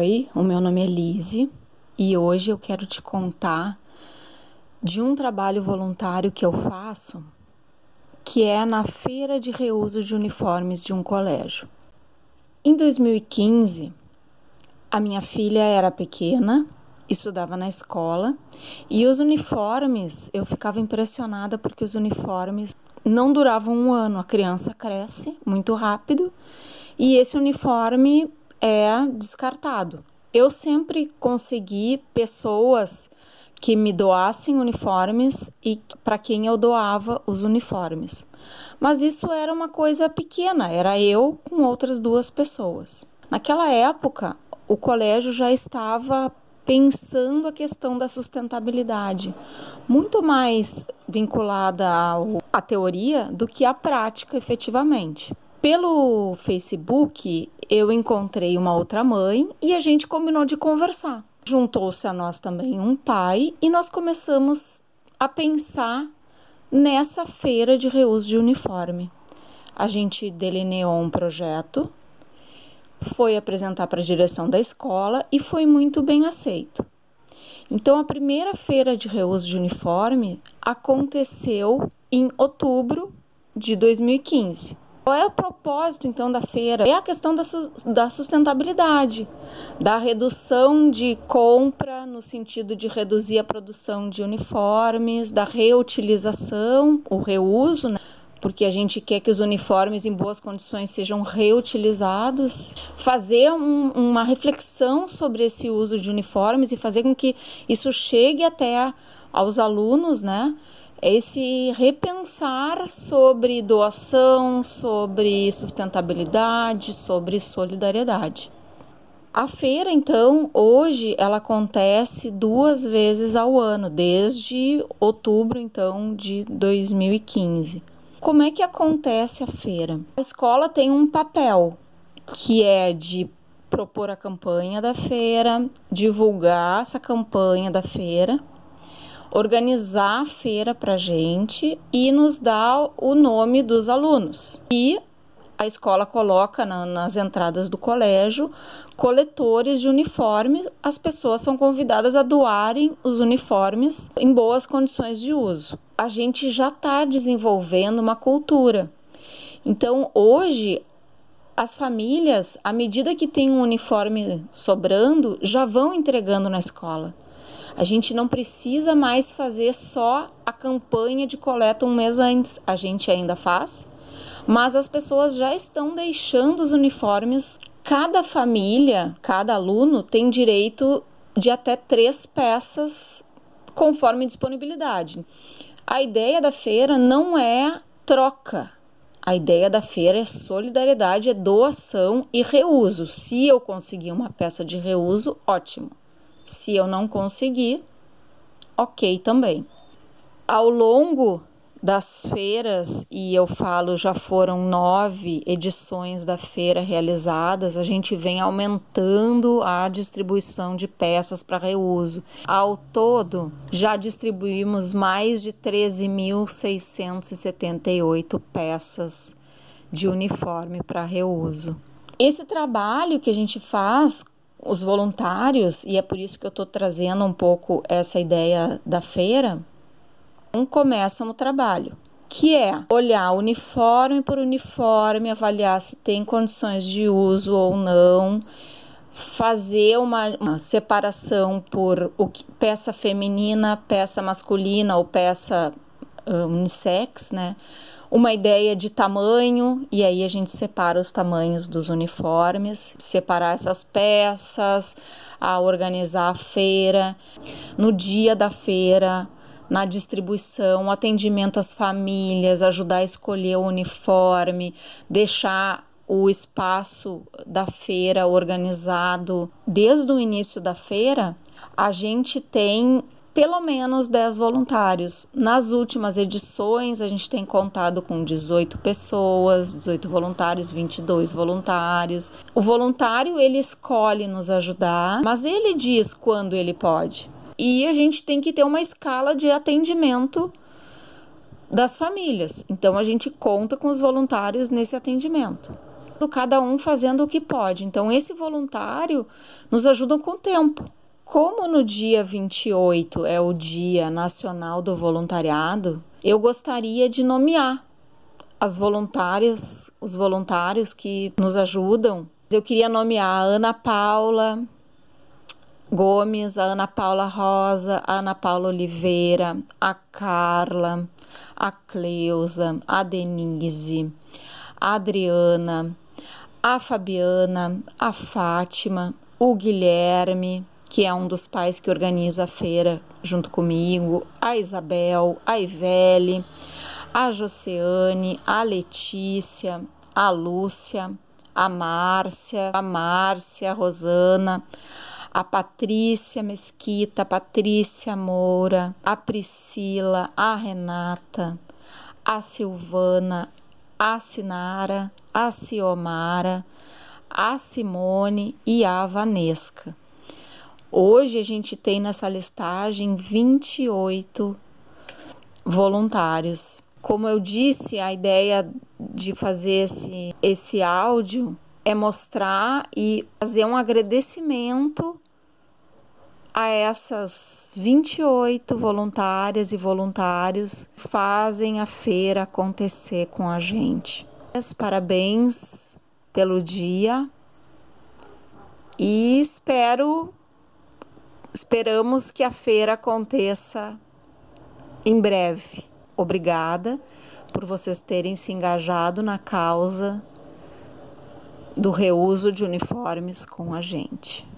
Oi, o meu nome é Lise e hoje eu quero te contar de um trabalho voluntário que eu faço, que é na feira de reuso de uniformes de um colégio. Em 2015, a minha filha era pequena, estudava na escola e os uniformes, eu ficava impressionada porque os uniformes não duravam um ano, a criança cresce muito rápido e esse uniforme é descartado. Eu sempre consegui pessoas que me doassem uniformes e para quem eu doava os uniformes. Mas isso era uma coisa pequena, era eu com outras 2 pessoas. Naquela época, o colégio já estava pensando a questão da sustentabilidade, muito mais vinculada à teoria do que à prática efetivamente. Pelo Facebook, eu encontrei uma outra mãe e a gente combinou de conversar. Juntou-se a nós também um pai e nós começamos a pensar nessa feira de reuso de uniforme. A gente delineou um projeto, foi apresentar para a direção da escola e foi muito bem aceito. Então, a primeira feira de reuso de uniforme aconteceu em outubro de 2015. Qual é o propósito, então, da feira? É a questão da sustentabilidade, da redução de compra, no sentido de reduzir a produção de uniformes, da reutilização, o reuso, né? Porque a gente quer que os uniformes em boas condições sejam reutilizados, fazer uma reflexão sobre esse uso de uniformes e fazer com que isso chegue até aos alunos, né? Esse repensar sobre doação, sobre sustentabilidade, sobre solidariedade. A feira, então, hoje, ela acontece 2 vezes ao ano, desde outubro, então, de 2015. Como é que acontece a feira? A escola tem um papel, que é de propor a campanha da feira, divulgar essa campanha da feira, organizar a feira para a gente e nos dar o nome dos alunos. E a escola coloca nas entradas do colégio coletores de uniformes. As pessoas são convidadas a doarem os uniformes em boas condições de uso. A gente já está desenvolvendo uma cultura. Então, hoje, as famílias, à medida que tem um uniforme sobrando, já vão entregando na escola. A gente não precisa mais fazer só a campanha de coleta um mês antes. A gente ainda faz, mas as pessoas já estão deixando os uniformes. Cada família, cada aluno tem direito de até 3 peças, conforme disponibilidade. A ideia da feira não é troca. A ideia da feira é solidariedade, é doação e reuso. Se eu conseguir uma peça de reuso, ótimo. Se eu não conseguir, ok também. Ao longo das feiras, e eu falo, já foram 9 edições da feira realizadas, a gente vem aumentando a distribuição de peças para reuso. Ao todo, já distribuímos mais de 13.678 peças de uniforme para reuso. Esse trabalho que a gente faz, os voluntários, e é por isso que eu estou trazendo um pouco essa ideia da feira, começam o trabalho, que é olhar uniforme por uniforme, avaliar se tem condições de uso ou não, fazer uma separação por peça feminina, peça masculina ou peça unissex, né? Uma ideia de tamanho, e aí a gente separa os tamanhos dos uniformes, separar essas peças, a organizar a feira. No dia da feira, na distribuição, atendimento às famílias, ajudar a escolher o uniforme, deixar o espaço da feira organizado. Desde o início da feira, a gente tem pelo menos 10 voluntários. Nas últimas edições, a gente tem contado com 18 pessoas, 18 voluntários, 22 voluntários. O voluntário, ele escolhe nos ajudar, mas ele diz quando ele pode. E a gente tem que ter uma escala de atendimento das famílias. Então, a gente conta com os voluntários nesse atendimento. cada um fazendo o que pode. Então, esse voluntário nos ajuda com o tempo. Como no dia 28 é o Dia Nacional do Voluntariado, eu gostaria de nomear as voluntárias, os voluntários que nos ajudam. Eu queria nomear a Ana Paula Gomes, a Ana Paula Rosa, a Ana Paula Oliveira, a Carla, a Cleusa, a Denise, a Adriana, a Fabiana, a Fátima, o Guilherme, que é um dos pais que organiza a feira junto comigo, a Isabel, a Ivele, a Josiane, a Letícia, a Lúcia, a Márcia, a Rosana, a Patrícia Mesquita, a Patrícia Moura, a Priscila, a Renata, a Silvana, a Sinara, a Ciomara, a Simone e a Vanesca. Hoje a gente tem nessa listagem 28 voluntários. Como eu disse, a ideia de fazer esse áudio é mostrar e fazer um agradecimento a essas 28 voluntárias e voluntários que fazem a feira acontecer com a gente. Parabéns pelo dia e esperamos que a feira aconteça em breve. Obrigada por vocês terem se engajado na causa do reuso de uniformes com a gente.